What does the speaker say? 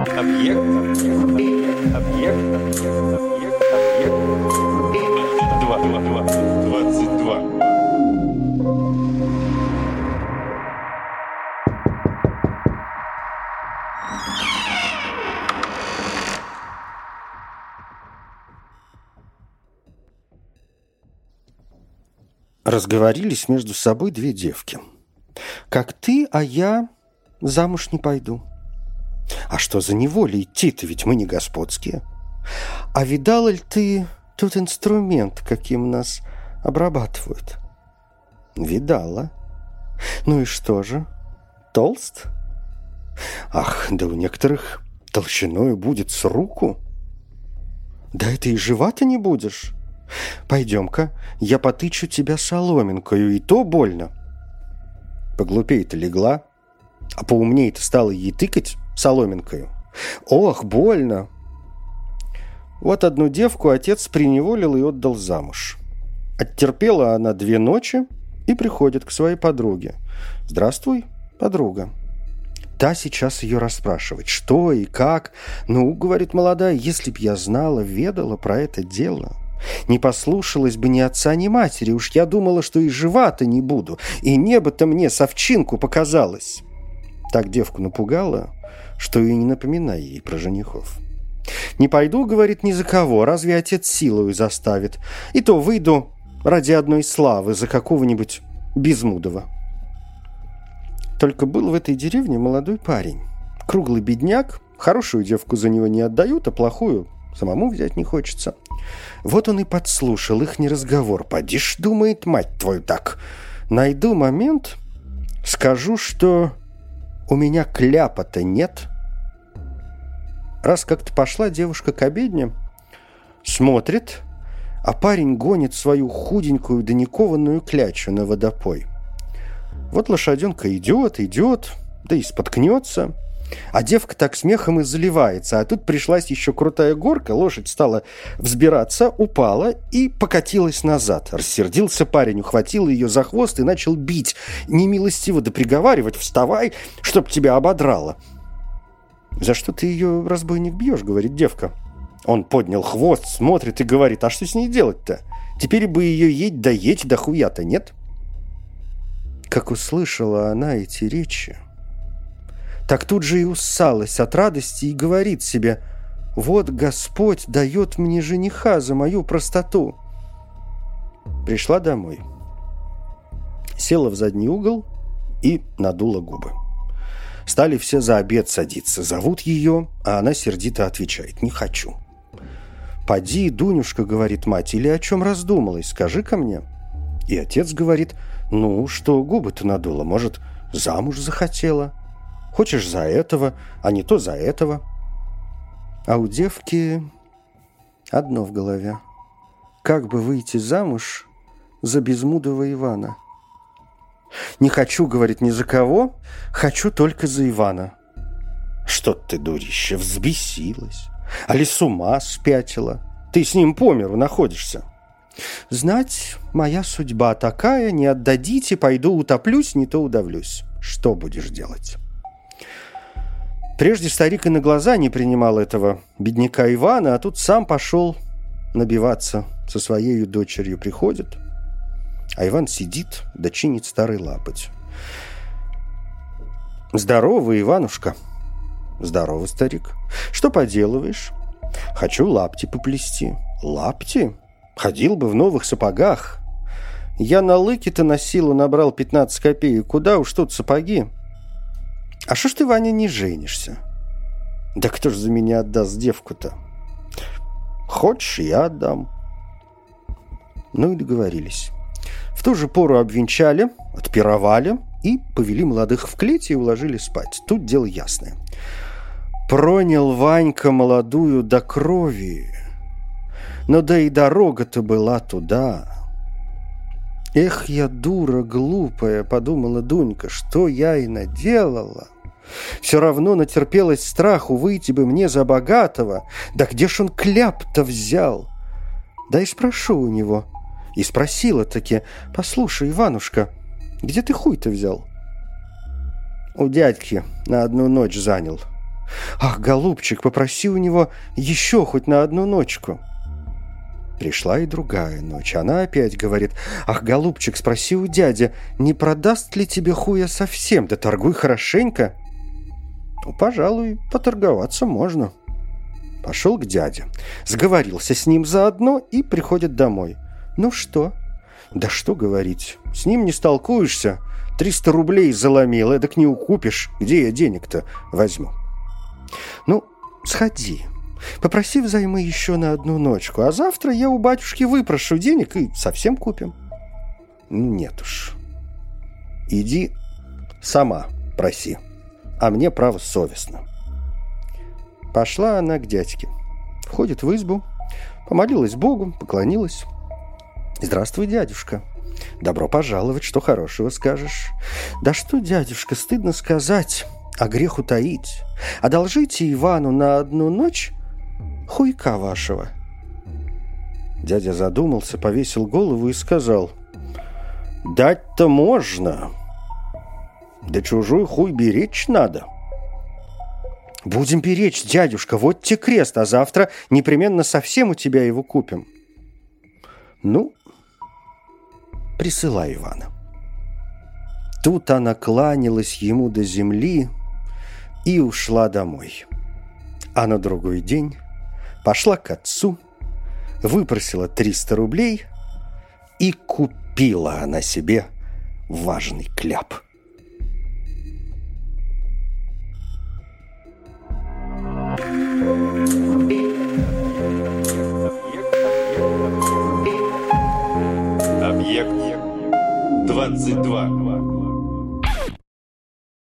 Объект. Объект. Объект. Объект. 22. Разговорились между собой две девки. Как ты, а я замуж не пойду. А что за неволя идти-то, ведь мы не господские. А видала ли ты тот инструмент, каким нас обрабатывают? Видала. Ну и что же? Толст? Ах, да у некоторых толщиною будет с руку. Да это и жива-то не будешь. Пойдем-ка, я потычу тебя соломинкою, и то больно. Поглупей-то легла, а поумней-то стала ей тыкать соломинкою. Ох, больно! Вот одну девку отец приневолил и отдал замуж. Оттерпела она 2 ночи и приходит к своей подруге. «Здравствуй, подруга». Та сейчас ее расспрашивает, что и как. «Ну, — говорит молодая, — если б я знала, ведала про это дело, не послушалась бы ни отца, ни матери. Уж я думала, что и жива-то не буду, и небо-то мне совчинку показалось». Так девку напугала, что и не напоминай ей про женихов. «Не пойду, — говорит, — ни за кого, разве отец силою заставит, и то выйду ради одной славы за какого-нибудь Безмудова». Только был в этой деревне молодой парень, круглый бедняк, хорошую девку за него не отдают, а плохую самому взять не хочется. Вот он и подслушал ихний разговор. «Поди ж, — думает, — мать твою, так, найду момент, скажу, что у меня кляпа-то нет». Раз как-то пошла девушка к обедне, смотрит, а парень гонит свою худенькую да никованную клячу на водопой. Вот лошаденка идет, да и споткнется, а девка так смехом и заливается. А тут пришлась еще крутая горка, лошадь стала взбираться, упала и покатилась назад. Рассердился парень, ухватил ее за хвост и начал бить, немилостиво да приговаривать: «Вставай, чтоб тебя ободрало». «За что ты ее, разбойник, бьешь?» — говорит девка. Он поднял хвост, смотрит и говорит: «А что с ней делать-то? Теперь бы ее едь да едь, да хуя-то нет». Как услышала она эти речи, так тут же и уссалась от радости и говорит себе: «Вот Господь дает мне жениха за мою простоту». Пришла домой, села в задний угол и надула губы. Стали все за обед садиться, зовут ее, а она сердито отвечает: «Не хочу». «Поди, Дунюшка, — говорит мать, — или о чем раздумалась, скажи-ка мне». И отец говорит: «Ну, что губы-то надула, может, замуж захотела? Хочешь за этого, а не то за этого». А у девки одно в голове: как бы выйти замуж за Безмудова Ивана. «Не хочу, — говорит, — ни за кого, хочу только за Ивана». «Что ты, дурище, взбесилась? Али с ума спятила? Ты с ним по миру находишься». «Знать, моя судьба такая, не отдадите, пойду утоплюсь, не то удавлюсь». «Что будешь делать?» Прежде старик и на глаза не принимал этого бедняка Ивана, а тут сам пошел набиваться со своей дочерью. Приходит, а Иван сидит да чинит старый лапоть. «Здорово, Иванушка». «Здорово, старик. Что поделываешь?» «Хочу лапти поплести». «Лапти? Ходил бы в новых сапогах. Я на лыке-то на силу набрал 15 копеек. Куда уж тут сапоги?» «А что ж ты, Ваня, не женишься?» «Да кто ж за меня отдаст девку-то?» «Хочешь, я отдам». Ну и договорились. В ту же пору обвенчали, отпировали и повели молодых в клеть и уложили спать. Тут дело ясное. Пронял Ванька молодую до крови, но да и дорога-то была туда. «Эх, я дура глупая, — подумала Дунька, — что я и наделала. Все равно натерпелась страху, выйти бы мне за богатого. Да где ж он кляп-то взял? Да и спрошу у него». И спросила-таки: «Послушай, Иванушка, где ты хуй-то взял?» «У дядьки на одну ночь занял». «Ах, голубчик, попроси у него еще хоть на одну ночку». Пришла и другая ночь. Она опять говорит: «Ах, голубчик, спроси у дяди, не продаст ли тебе хуя совсем? Да торгуй хорошенько». «Ну, пожалуй, поторговаться можно». Пошел к дяде, сговорился с ним заодно и приходит домой. «Ну что?» «Да что говорить, с ним не столкуешься. 300 рублей заломил, эдак не укупишь. Где я денег-то возьму?» «Ну, сходи, попроси взаймы еще на одну ночку, а завтра я у батюшки выпрошу денег и совсем купим». «Нет уж, иди сама проси, а мне, право, совестно». Пошла она к дядьке, входит в избу, помолилась Богу, поклонилась. «Здравствуй, дядюшка. Добро пожаловать, что хорошего скажешь?» «Да что, дядюшка, стыдно сказать, а грех утаить. Одолжите Ивану на одну ночь хуйка вашего». Дядя задумался, повесил голову и сказал: «Дать-то можно, да чужой хуй беречь надо». «Будем беречь, дядюшка, вот те крест, а завтра непременно совсем у тебя его купим». «Ну, присылай Ивана». Тут она кланялась ему до земли и ушла домой. А на другой день пошла к отцу, выпросила 300 рублей и купила она себе важный кляп.